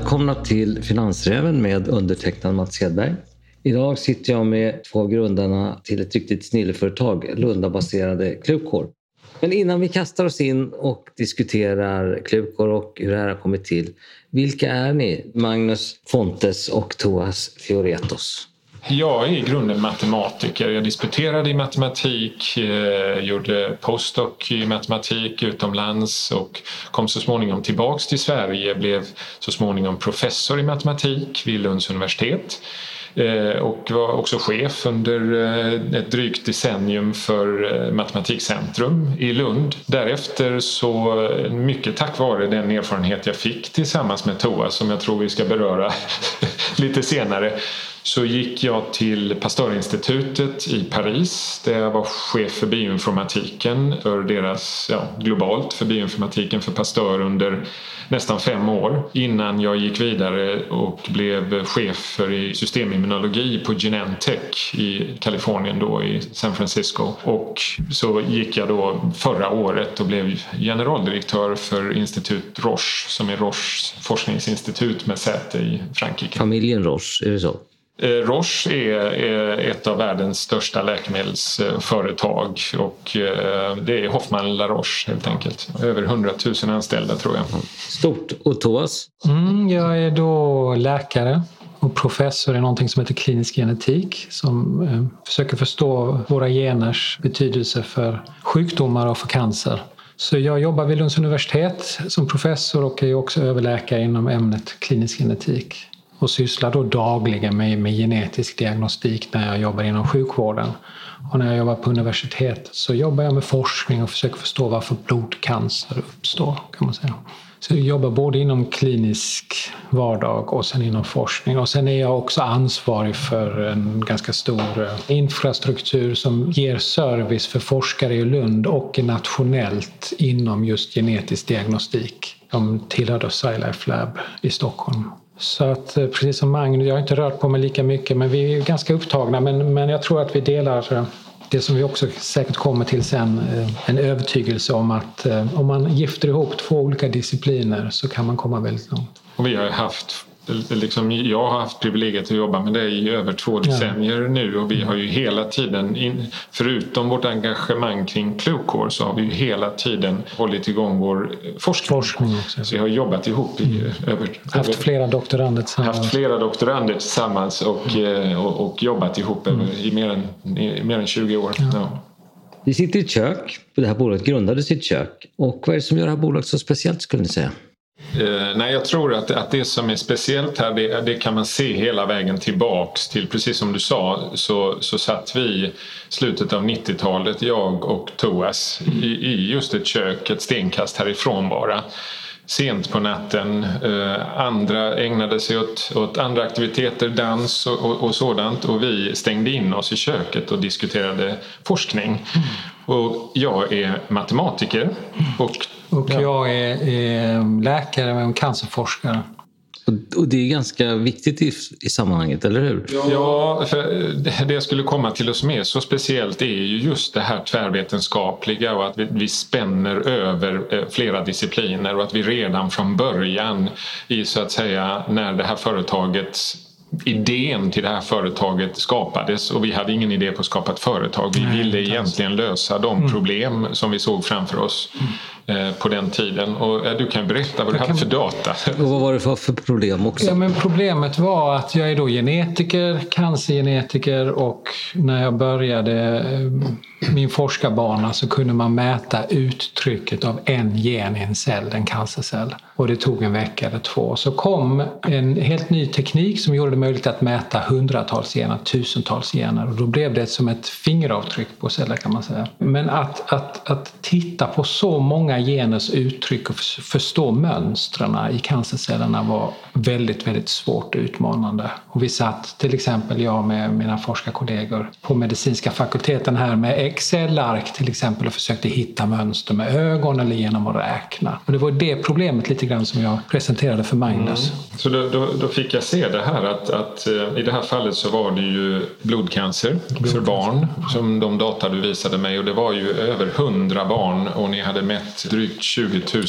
Välkomna till Finansräven med undertecknad Mats Hedberg. Idag sitter jag med 2 av grundarna till ett riktigt snilleföretag, Lundabaserade Cluecore. Men innan vi kastar oss in och diskuterar Cluecore och hur det här har kommit till, vilka är ni? Magnus Fontes och Thoas Fioretos. Jag är i grunden matematiker. Jag disputerade i matematik, gjorde postdoc i matematik utomlands och kom så småningom tillbaks till Sverige. Blev så småningom professor i matematik vid Lunds universitet. Och var också chef under ett drygt decennium för Matematikcentrum i Lund. Därefter så mycket tack vare den erfarenhet jag fick tillsammans med Thoas, som jag tror vi ska beröra lite senare, så gick jag till Pasteur-institutet i Paris där jag var chef för bioinformatiken för deras, globalt för bioinformatiken för Pasteur under nästan 5 år innan jag gick vidare och blev chef för systemimmunologi på Genentech i Kalifornien då i San Francisco. Och så gick jag då förra året och blev generaldirektör för institut Roche, som är Roches forskningsinstitut med säte i Frankrike. Familjen Roche, är det så? Roche är ett av världens största läkemedelsföretag och det är Hoffmann La Roche helt enkelt. Över 100 000 anställda tror jag. Stort. Och Thoas? Jag är då läkare och professor i någonting som heter klinisk genetik som försöker förstå våra geners betydelse för sjukdomar och för cancer. Så jag jobbar vid Lunds universitet som professor och är också överläkare inom ämnet klinisk genetik. Och sysslar då dagligen med genetisk diagnostik när jag jobbar inom sjukvården. Och när jag jobbar på universitetet så jobbar jag med forskning och försöker förstå varför blodcancer uppstår, kan man säga. Så jag jobbar både inom klinisk vardag och sen inom forskning. Och sen är jag också ansvarig för en ganska stor infrastruktur som ger service för forskare i Lund och nationellt inom just genetisk diagnostik. De tillhör då SciLife Lab i Stockholm. Så att precis som Magnus, jag har inte rört på mig lika mycket, men vi är ganska upptagna. Men jag tror att vi delar det som vi också säkert kommer till sen, en övertygelse om att om man gifter ihop 2 olika discipliner så kan man komma väldigt långt. Och vi har haft, jag har haft privilegiet att jobba med dig i över 2 decennier nu, och vi har ju hela tiden, förutom vårt engagemang kring Cluecore, så har vi ju hela tiden hållit igång vår forskning också. Så vi har jobbat ihop i haft flera doktorander tillsammans och jobbat ihop i mer än 20 år. Ja. Vi sitter i ett kök, och det här bolaget grundades i ett kök. Och vad är det som gör det här bolaget så speciellt, skulle ni säga? Nej, jag tror att det som är speciellt här, det kan man se hela vägen tillbaks till, precis som du sa, så satt vi slutet av 90-talet, jag och Thoas, i just ett kök, ett stenkast härifrån bara. Sent på natten, andra ägnade sig åt andra aktiviteter, dans och sådant, och vi stängde in oss i köket och diskuterade forskning. Och jag är matematiker och jag är läkare och cancerforskare. Och det är ganska viktigt i sammanhanget, eller hur? Ja, för det jag skulle komma till oss med så speciellt är ju just det här tvärvetenskapliga, och att vi spänner över flera discipliner, och att vi redan från början i, så att säga, när det här idén till det här företaget skapades, och vi hade ingen idé på att skapa ett företag. Vi ville egentligen lösa de problem som vi såg framför oss på den tiden. Och du kan berätta vad du hade för data. Och vad var det för problem också? Ja, men problemet var att jag är då genetiker, cancergenetiker, och när jag började min forskarbana så kunde man mäta uttrycket av en gen i en cell, en cancercell. Och det tog en vecka eller 2. Så kom en helt ny teknik som gjorde det möjligt att mäta 100-tals gener, 1000-tals gener. Och då blev det som ett fingeravtryck på celler, kan man säga. Men att titta på så många geners uttryck och förstå mönstren i cancercellerna var väldigt, väldigt svårt och utmanande. Och vi satt till exempel, jag med mina forskarkollegor på medicinska fakulteten här med Excel-ark till exempel och försökte hitta mönster med ögon eller genom att räkna. Och det var det problemet lite grann som jag presenterade för Magnus. Så då fick jag se det här att i det här fallet så var det ju blodcancer för barn som de data du visade mig, och det var ju över 100 barn, och ni hade mätt drygt 20 000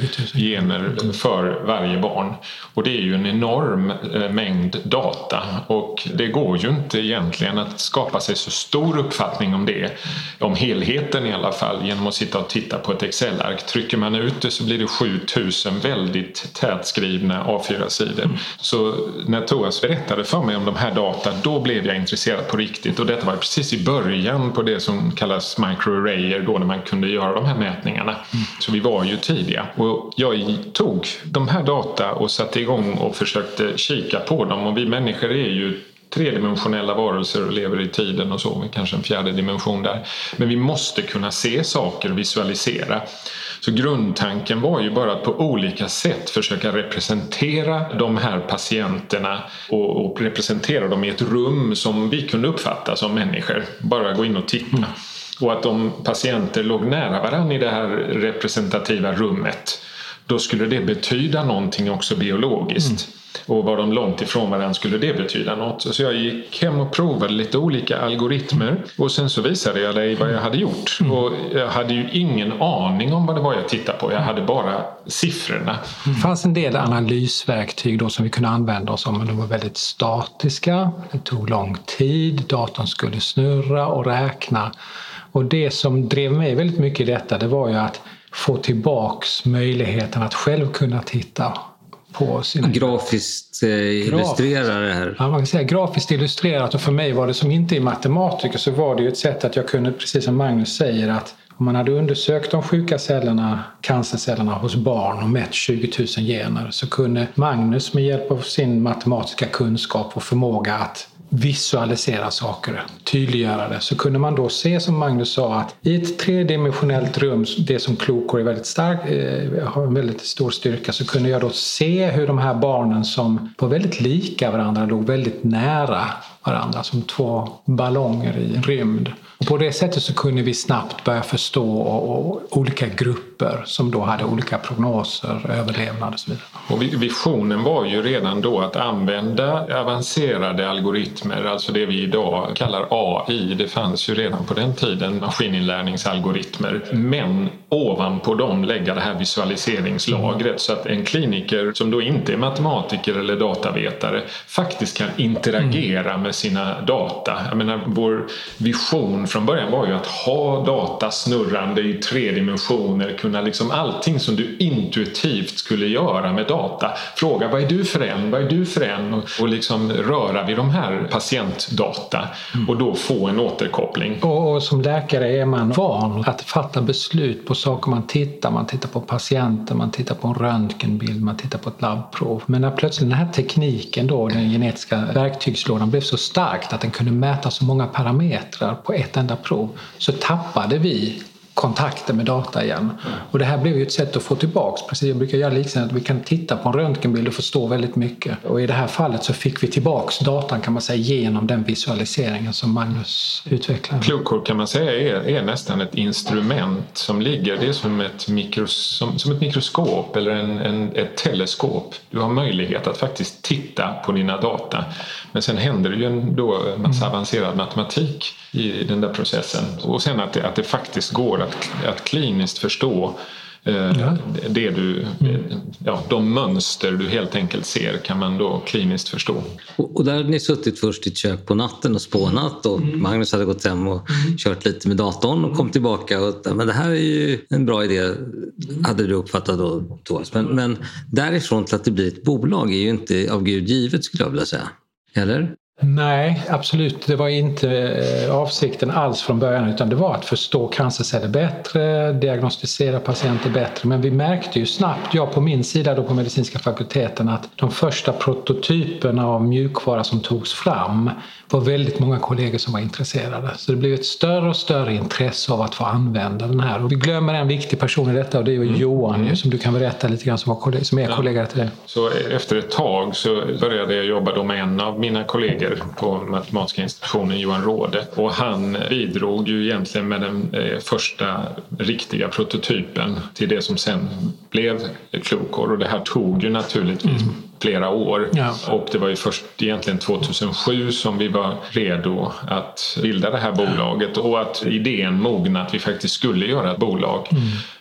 gener för varje barn. Och det är ju en enorm mängd data, och det går ju inte egentligen att skapa sig så stor uppfattning om det, om helheten i alla fall, genom att sitta och titta på ett Excel-ark. Trycker man ut det så blir det 7000 väldigt tätskrivna A4-sidor. Så när Thoas berättade för mig om de här data, då blev jag intresserad på riktigt, och detta var precis i början på det som kallas microarrayer, då när man kunde göra de här mätningarna. Så vi var ju tidiga, och jag tog de här data och satte igång och försökte kika på dem, och vi människor är ju tredimensionella varelser och lever i tiden och så, kanske en fjärde dimension där. Men vi måste kunna se saker och visualisera. Så grundtanken var ju bara att på olika sätt försöka representera de här patienterna och representera dem i ett rum som vi kunde uppfatta som människor. Bara gå in och titta. Och att om patienter låg nära varandra i det här representativa rummet, då skulle det betyda någonting också biologiskt. Och var de långt ifrån varandra skulle det betyda något. Så jag gick hem och provade lite olika algoritmer, och sen så visade jag dig vad jag hade gjort. Och jag hade ju ingen aning om vad det var jag tittade på. Jag hade bara siffrorna. Det fanns en del analysverktyg då som vi kunde använda oss om, men de var väldigt statiska. Det tog lång tid, datorn skulle snurra och räkna. Och det som drev mig väldigt mycket i detta, det var ju att få tillbaks möjligheten att själv kunna titta på sina... Grafiskt illustrera det här. Ja, man kan säga grafiskt illustrerat, och för mig var det, som inte är matematiker, så var det ju ett sätt att jag kunde, precis som Magnus säger, att om man hade undersökt de sjuka cellerna, cancercellerna hos barn och mätt 20 000 gener, så kunde Magnus med hjälp av sin matematiska kunskap och förmåga att visualisera saker, tydliggöra det, så kunde man då se, som Magnus sa, att i ett tredimensionellt rum, det som Cluecore är väldigt stark, har en väldigt stor styrka, så kunde jag då se hur de här barnen som var väldigt lika varandra låg väldigt nära varandra, som två ballonger i en rymd. Och på det sättet så kunde vi snabbt börja förstå olika grupper som då hade olika prognoser, överlevnad och så vidare. Och visionen var ju redan då att använda avancerade algoritmer, alltså det vi idag kallar AI. Det fanns ju redan på den tiden maskininlärningsalgoritmer, men ovanpå dem lägga det här visualiseringslagret, så att en kliniker som då inte är matematiker eller datavetare faktiskt kan interagera med sina data. Jag menar, vår vision från början var ju att ha data snurrande i 3 dimensioner, kunna liksom allting som du intuitivt skulle göra med data. Fråga, vad är du för en? Och liksom röra vid de här patientdata och då få en återkoppling. Och som läkare är man van att fatta beslut på saker man tittar. Man tittar på patienter, man tittar på en röntgenbild, man tittar på ett labbprov. Men när plötsligt den här tekniken då, den genetiska verktygslådan, blev så starkt att den kunde mäta så många parametrar på ett enda prov, så tappade vi kontakter med data igen. Och det här blev ju ett sätt att få tillbaks. Precis, jag brukar göra liknande, att vi kan titta på en röntgenbild och förstå väldigt mycket. Och i det här fallet så fick vi tillbaks datan, kan man säga, genom den visualiseringen som Magnus utvecklade. Cluecore kan man säga är nästan ett instrument som ligger, det är som ett mikroskop eller ett teleskop. Du har möjlighet att faktiskt titta på dina data. Men sen händer det ju ändå en massa avancerad matematik i den där processen. Och sen att det faktiskt går att kliniskt förstå det de mönster du helt enkelt ser, kan man då kliniskt förstå. Och där hade ni suttit först i ett kök på natten och spånat, och Magnus hade gått hem och kört lite med datorn och kom tillbaka och men det här är ju en bra idé, hade du uppfattat då, Thomas. Men därifrån till att det blir ett bolag är ju inte av Gud givet, skulle jag vilja säga. Eller? Nej, absolut. Det var inte avsikten alls från början, utan det var att förstå cancerceller bättre, diagnostisera patienter bättre. Men vi märkte ju snabbt, jag på min sida då på medicinska fakulteten, att de första prototyperna av mjukvara som togs fram var väldigt många kollegor som var intresserade. Så det blev ett större och större intresse av att få använda den här. Och vi glömmer en viktig person i detta, och det är ju Johan, som du kan berätta lite grann, som är kollega till dig. Så efter ett tag så började jag jobba då med en av mina kollegor på matematiska institutionen, Johan Råde. Och han bidrog ju egentligen med den första riktiga prototypen till det som sen blev Cluecore. Och det här tog ju naturligtvis flera år. Ja. Och det var ju först egentligen 2007 som vi var redo att bilda det här bolaget, och att idén mogna att vi faktiskt skulle göra ett bolag.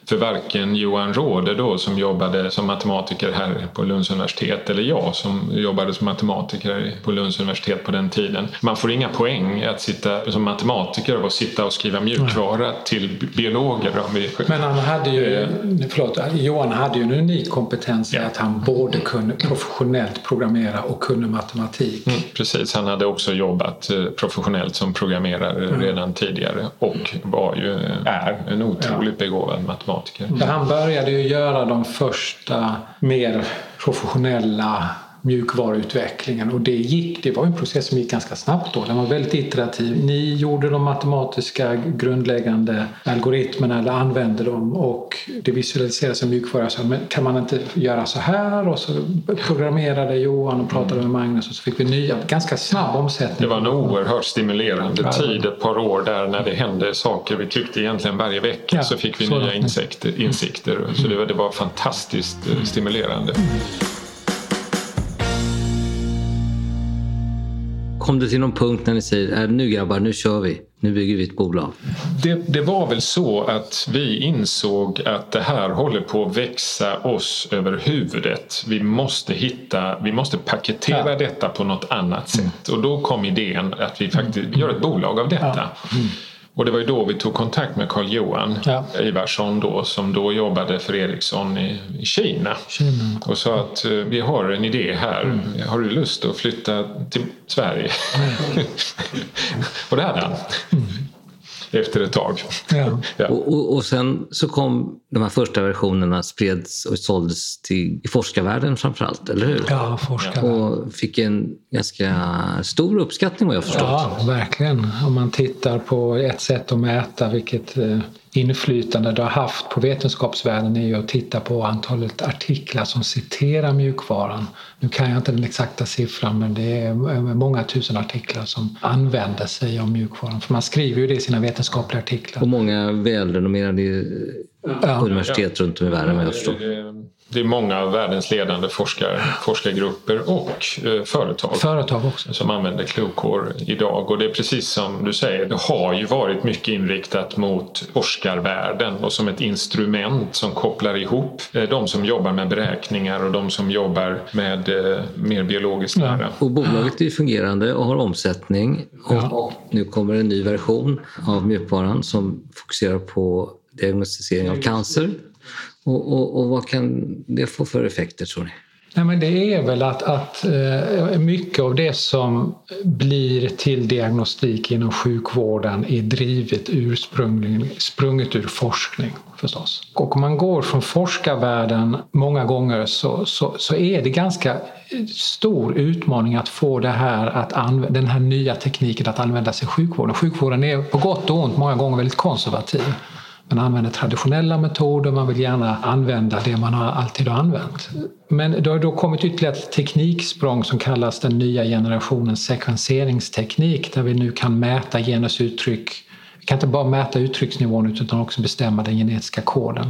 För varken Johan Råde då som jobbade som matematiker här på Lunds universitet eller jag som jobbade som matematiker på Lunds universitet på den tiden. Man får inga poäng att sitta som matematiker och sitta och skriva mjukvara till biologer. Men han hade ju, Johan hade ju en unik kompetens i att han både kunde professionellt programmera och kunde matematik. Precis, han hade också jobbat professionellt som programmerare redan tidigare och är en otroligt begåvad matematiker. Han började ju göra de första mer professionella mjukvaruutvecklingen och det var en process som gick ganska snabbt då. Den var väldigt iterativ. Ni gjorde de matematiska grundläggande algoritmerna eller använde dem och det visualiserades som mjukvara. Så, men kan man inte göra så här? Och så programmerade Johan och pratade med Magnus och så fick vi nya, ganska snabb omsättning. Det var en oerhört stimulerande tid, ett par år där när det hände saker. Vi tyckte egentligen varje vecka så fick vi nya insikter. Så det var fantastiskt stimulerande. Kom det till någon punkt när ni säger nu grabbar, nu kör vi, nu bygger vi ett bolag? Det var väl så att vi insåg att det här håller på att växa oss över huvudet. Vi måste paketera detta på något annat sätt. Och då kom idén att vi faktiskt gör ett bolag av detta. Och det var ju då vi tog kontakt med Carl-Johan Ivarsson då, som då jobbade för Ericsson i Kina. Och sa att vi har en idé här. Har du lust att flytta till Sverige? Och det hade han. Efter ett tag. Och sen så kom de här första versionerna, spreds och såldes i forskarvärlden framförallt, eller hur? Ja, forskarvärlden. Och fick en ganska stor uppskattning vad jag förstått. Ja, verkligen. Om man tittar på ett sätt att mäta vilket inflytande det har haft på vetenskapsvärlden är ju att titta på antalet artiklar som citerar mjukvaran. Nu kan jag inte den exakta siffran, men det är många tusen artiklar som använder sig av mjukvaran. För man skriver ju det i sina vetenskapliga artiklar. Och många välrenommerade universitet runt om i världen, vad jag förstår. Det är många av världens ledande forskargrupper och företag också som använder Cluecore idag. Och det är precis som du säger, det har ju varit mycket inriktat mot forskarvärlden och som ett instrument som kopplar ihop de som jobbar med beräkningar och de som jobbar med mer biologisk lära. Och bolaget är fungerande och har omsättning och nu kommer en ny version av mjukvaran som fokuserar på diagnostisering av cancer. Och vad kan det få för effekter, tror ni? Nej, men det är väl att mycket av det som blir till diagnostik inom sjukvården är drivet sprunget ur forskning förstås. Och om man går från forskarvärlden många gånger så är det ganska stor utmaning att få det här den här nya tekniken att använda sig i sjukvården. Sjukvården är på gott och ont många gånger väldigt konservativ. Man använder traditionella metoder, man vill gärna använda det man alltid har använt. Men det har då kommit ytterligare ett tekniksprång som kallas den nya generationens sekvenseringsteknik, där vi nu kan mäta genusuttryck. Vi kan inte bara mäta uttrycksnivån utan också bestämma den genetiska koden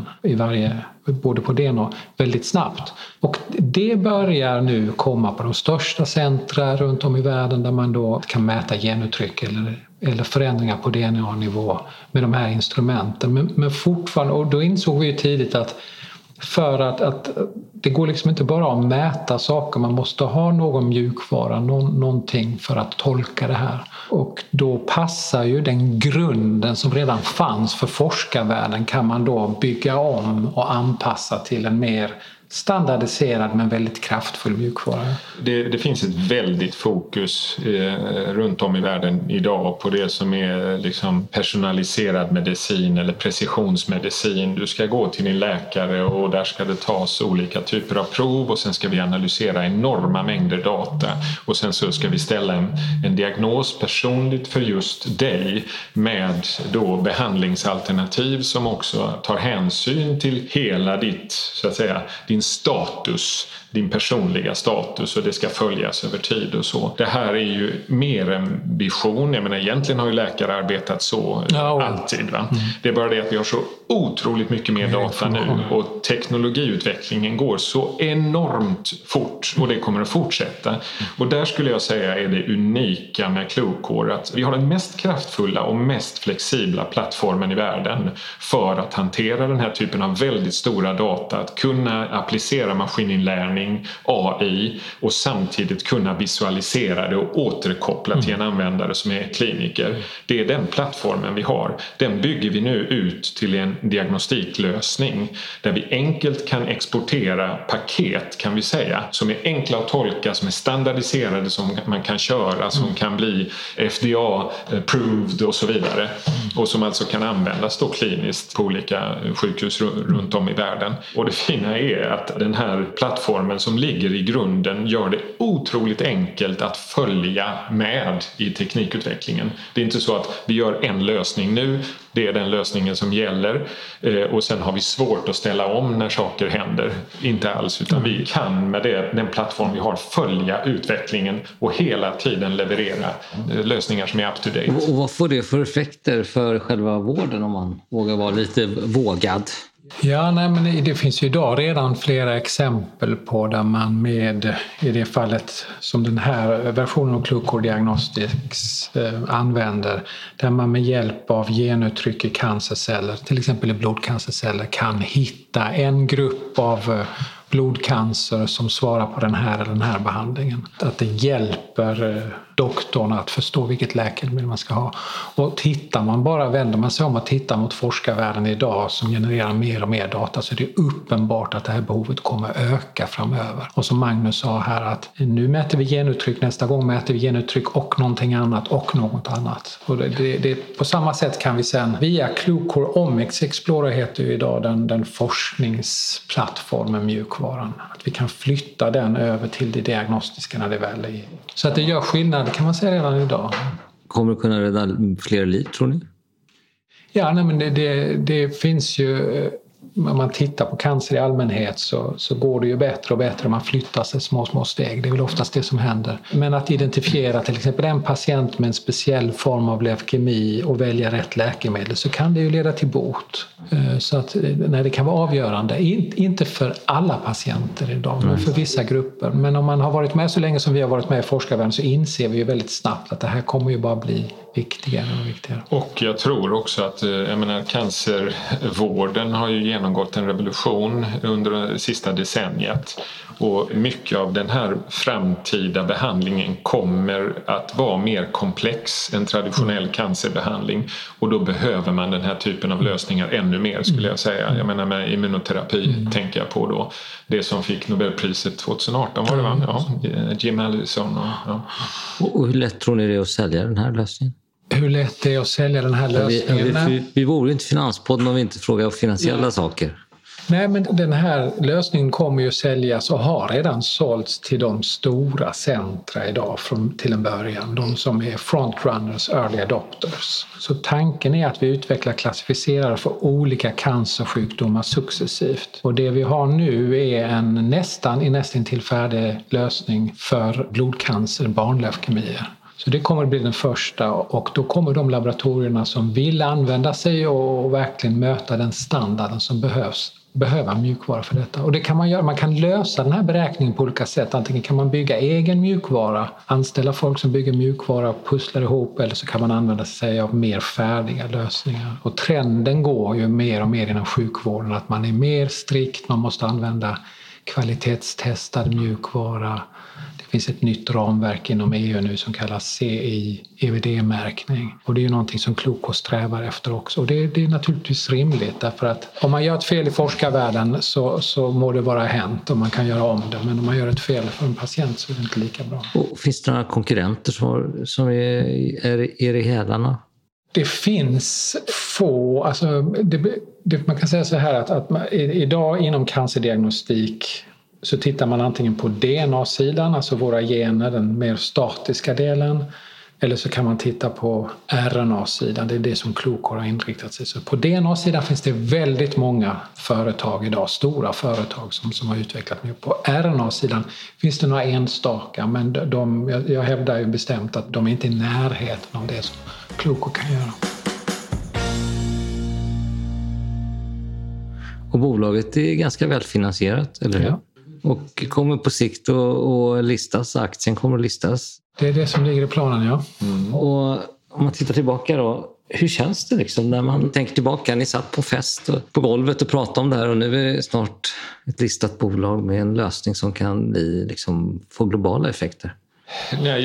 både på det och väldigt snabbt. Och det börjar nu komma på de största centra runt om i världen där man då kan mäta genuttryck eller förändringar på DNA-nivå med de här instrumenten. Men fortfarande, och då insåg vi ju tidigt att för att det går liksom inte bara att mäta saker, man måste ha någon mjukvara, någonting för att tolka det här. Och då passar ju den grunden som redan fanns för forskarvärlden, kan man då bygga om och anpassa till en mer standardiserad men väldigt kraftfull mjukvara. Det finns ett väldigt fokus runt om i världen idag på det som är liksom personaliserad medicin eller precisionsmedicin. Du ska gå till din läkare och där ska det tas olika typer av prov och sen ska vi analysera enorma mängder data och sen så ska vi ställa en diagnos personligt för just dig med då behandlingsalternativ som också tar hänsyn till hela ditt, så att säga, din status, din personliga status och det ska följas över tid och så. Det här är ju mer en vision. Jag menar, egentligen har ju läkare arbetat så alltid. Va? Det är bara det att vi har så otroligt mycket mer data nu och teknologiutvecklingen går så enormt fort och det kommer att fortsätta. Och där skulle jag säga är det unika med Cluecore att vi har den mest kraftfulla och mest flexibla plattformen i världen för att hantera den här typen av väldigt stora data, att kunna applicera maskininlärning, AI och samtidigt kunna visualisera det och återkoppla till en användare som är kliniker. Det är den plattformen vi har. Den bygger vi nu ut till en diagnostiklösning där vi enkelt kan exportera paket, kan vi säga, som är enkla att tolka, som är standardiserade, som man kan köra, som kan bli FDA-approved och så vidare och som alltså kan användas då kliniskt på olika sjukhus runt om i världen. Och det fina är att den här plattformen som ligger i grunden gör det otroligt enkelt att följa med i teknikutvecklingen. Det är inte så att vi gör en lösning nu, det är den lösningen som gäller och sen har vi svårt att ställa om när saker händer. Inte alls, utan vi kan med den plattform vi har följa utvecklingen och hela tiden leverera lösningar som är up to date. Och vad får det för effekter för själva vården om man vågar vara lite vågad? Ja, nej, men det finns ju idag redan flera exempel på där man med, i det fallet som den här versionen av Cluecore Diagnostics använder, där man med hjälp av genuttryck i cancerceller, till exempel i blodcancerceller, kan hitta en grupp av blodcancer som svarar på den här behandlingen. Att det hjälper doktorn att förstå vilket läkemedel man ska ha. Och vänder man sig om och tittar mot forskarvärlden idag som genererar mer och mer data, så är det uppenbart att det här behovet kommer öka framöver. Och som Magnus sa här, att nu mäter vi genuttryck, nästa gång mäter vi genuttryck och någonting annat och något annat. Och det på samma sätt kan vi sen via Cluecore Omics Explorer heter ju idag den forskningsplattformen, mjukvaran. Att vi kan flytta den över till det diagnostiska när det väl är. Så att det gör skillnad, kan man säga, redan idag. Kommer det kunna rädda fler liv, tror ni? Ja, nej, men det finns ju, om man tittar på cancer i allmänhet så går det ju bättre och bättre om man flyttar sig små steg. Det är väl oftast det som händer. Men att identifiera till exempel en patient med en speciell form av leukemi och välja rätt läkemedel, så kan det ju leda till bot. Så att det kan vara avgörande. Inte för alla patienter idag, men för vissa grupper. Men om man har varit med så länge som vi har varit med i forskarvärlden, så inser vi ju väldigt snabbt att det här kommer ju bara bli viktigare och viktigare. Och jag tror också att cancervården har ju genomgått en revolution under det sista decenniet. Och mycket av den här framtida behandlingen kommer att vara mer komplex än traditionell cancerbehandling. Och då behöver man den här typen av lösningar ännu mer, skulle jag säga. Jag menar, med immunoterapi tänker jag på då. Det som fick Nobelpriset 2018 var det, va? Ja, Jim Allison. Och hur lätt tror ni det är att sälja den här lösningen? Hur lätt det är att sälja den här lösningen? Vi vore inte Finanspodden om vi inte frågar finansiella saker. Nej, men den här lösningen kommer ju säljas och har redan sålts till de stora centra idag till en början. De som är frontrunners, early adopters. Så tanken är att vi utvecklar klassificerare för olika cancersjukdomar successivt. Och det vi har nu är en nästan till färdig lösning för blodcancer, barnleukemier. Så det kommer att bli den första, och då kommer de laboratorierna som vill använda sig och verkligen möta den standarden som behöva mjukvara för detta. Och det kan man göra. Man kan lösa den här beräkningen på olika sätt. Antingen kan man bygga egen mjukvara, anställa folk som bygger mjukvara och pusslar ihop, eller så kan man använda sig av mer färdiga lösningar. Och trenden går ju mer och mer inom sjukvården att man är mer strikt, man måste använda kvalitetstestad mjukvara. Det finns ett nytt ramverk inom EU nu som kallas CE-EVD-märkning. Och det är ju någonting som Cluecore strävar efter också. Och det är naturligtvis rimligt, därför att om man gör ett fel i forskarvärlden så må det vara hänt och man kan göra om det. Men om man gör ett fel för en patient så är det inte lika bra. Och finns det några konkurrenter som är i hälarna? Det finns få, alltså man kan säga så här att idag inom cancerdiagnostik så tittar man antingen på DNA-sidan, alltså våra gener, den mer statiska delen. Eller så kan man titta på RNA-sidan, det är det som Clucor har inriktat sig. Så på DNA-sidan finns det väldigt många företag idag, stora företag som har utvecklat mycket. På RNA-sidan finns det några enstaka, men jag hävdar ju bestämt att de är inte i närheten av det som Clucor kan göra. Och bolaget är ganska välfinansierat, eller hur? Ja. Och kommer på sikt att listas, aktien kommer att listas. Det är det som ligger i planen, ja. Och om man tittar tillbaka då, hur känns det liksom när man tänker tillbaka? Ni satt på fest och på golvet och pratade om det här och nu är det snart ett listat bolag med en lösning som kan få globala effekter. Nej,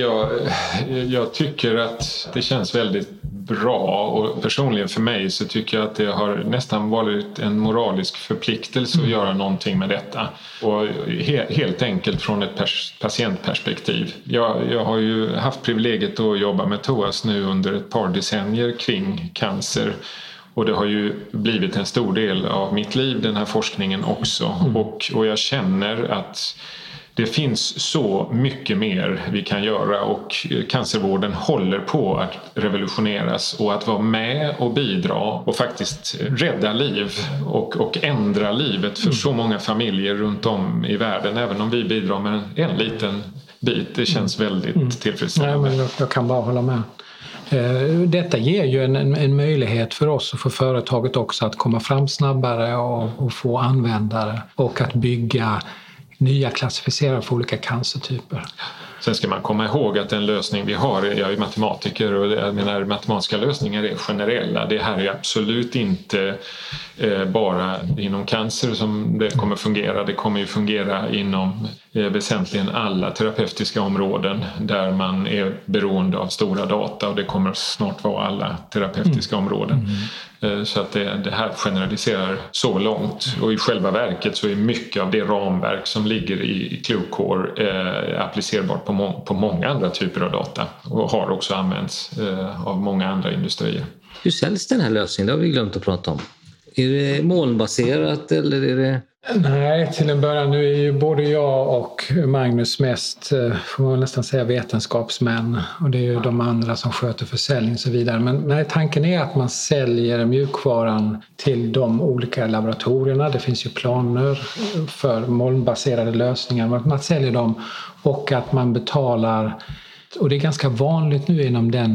jag tycker att det känns väldigt bra, och personligen för mig så tycker jag att det har nästan varit en moralisk förpliktelse att göra någonting med detta. Och helt enkelt från ett patientperspektiv. Jag har ju haft privilegiet att jobba med TOAS nu under ett par decennier kring cancer. Och det har ju blivit en stor del av mitt liv, den här forskningen också. Och jag känner att det finns så mycket mer vi kan göra, och cancervården håller på att revolutioneras, och att vara med och bidra och faktiskt rädda liv och ändra livet för så många familjer runt om i världen, även om vi bidrar med en liten bit. Det känns väldigt tillfredsställande. Nej, men jag kan bara hålla med. Detta ger ju en möjlighet för oss och för företaget också att komma fram snabbare och få användare, och att bygga nya klassificerare för olika cancertyper. Sen ska man komma ihåg att den lösning vi har, jag är matematiker och jag menar matematiska lösningar är generella. Det här är absolut inte bara inom cancer som det kommer fungera. Det kommer ju fungera inom väsentligen alla terapeutiska områden där man är beroende av stora data, och det kommer snart vara alla terapeutiska områden. Så att det här generaliserar så långt, och i själva verket så är mycket av det ramverk som ligger i Clucor applicerbart på många andra typer av data, och har också använts av många andra industrier. Hur säljs den här lösningen? Det har vi glömt att prata om. Är det molnbaserat eller är det... Nej, till en början nu är ju både jag och Magnus mest, får man nästan säga, vetenskapsmän, och det är ju de andra som sköter försäljning och så vidare. Men nej, tanken är att man säljer mjukvaran till de olika laboratorierna. Det finns ju planer för molnbaserade lösningar, men man säljer dem, och att man betalar, och det är ganska vanligt nu inom den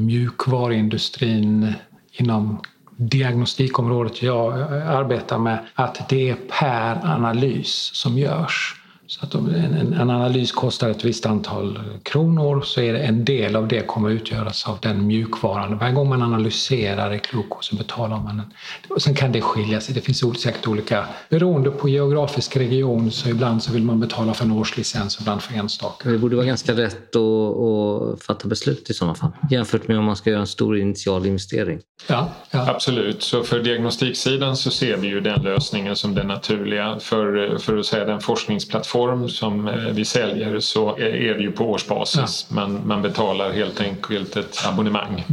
mjukvaruindustrin, inom diagnostikområdet jag arbetar med, att det är per analys som görs. Så att om en analys kostar ett visst antal kronor, så är det en del av det kommer utgöras av den mjukvaran. Varje gång man analyserar i Clucor så betalar man och sen kan det skilja sig. Det finns säkert olika, beroende på geografisk region, så ibland så vill man betala för en årslicens, ibland för enstaka. Det borde vara ganska rätt att fatta beslut i sådana fall, jämfört med om man ska göra en stor initial investering. Ja. Absolut, så för diagnostiksidan så ser vi ju den lösningen som den naturliga. För att säga den forskningsplattform som vi säljer, så är det ju på årsbasis. Ja. Man betalar helt enkelt ett abonnemang.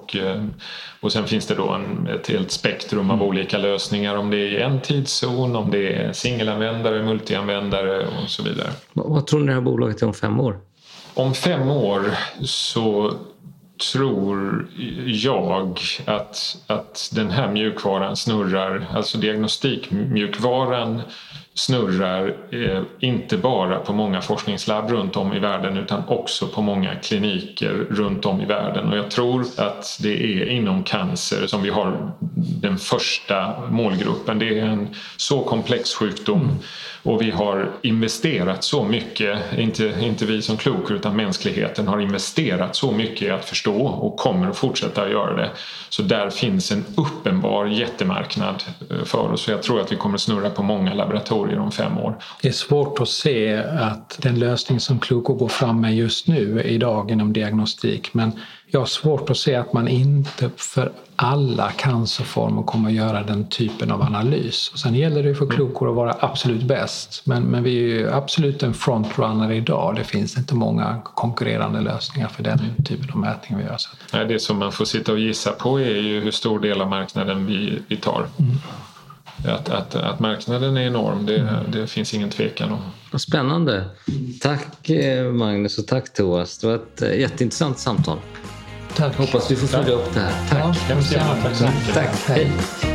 Och sen finns det då ett helt spektrum av olika lösningar, om det är en tidszon, om det är singelanvändare, multianvändare och så vidare. Vad tror ni det här bolaget är om 5 år? Om 5 år så tror jag att den här mjukvaran snurrar, alltså diagnostikmjukvaran snurrar inte bara på många forskningslabb runt om i världen, utan också på många kliniker runt om i världen. Och jag tror att det är inom cancer som vi har den första målgruppen. Det är en så komplex sjukdom. Och vi har investerat så mycket, inte vi som Clucor utan mänskligheten har investerat så mycket i att förstå, och kommer att fortsätta att göra det. Så där finns en uppenbar jättemarknad för oss, och jag tror att vi kommer att snurra på många laboratorier om 5 år. Det är svårt att se att den lösning som Clucor går fram med just nu idag inom diagnostik, men jag har svårt att se att man inte för alla cancerformer kommer att göra den typen av analys. Och sen gäller det för Clucor att vara absolut bäst. Men vi är ju absolut en frontrunner idag. Det finns inte många konkurrerande lösningar för den typen av mätning vi gör. Nej, det som man får sitta och gissa på är ju hur stor del av marknaden vi tar. att marknaden är enorm, det finns ingen tvekan om. Spännande. Tack Magnus och tack Thomas. Det var ett jätteintressant samtal. Tack. Hoppas vi får följa upp det här. Tack. Ja, Hemskt gärna. Tack så mycket. Tack. Hej.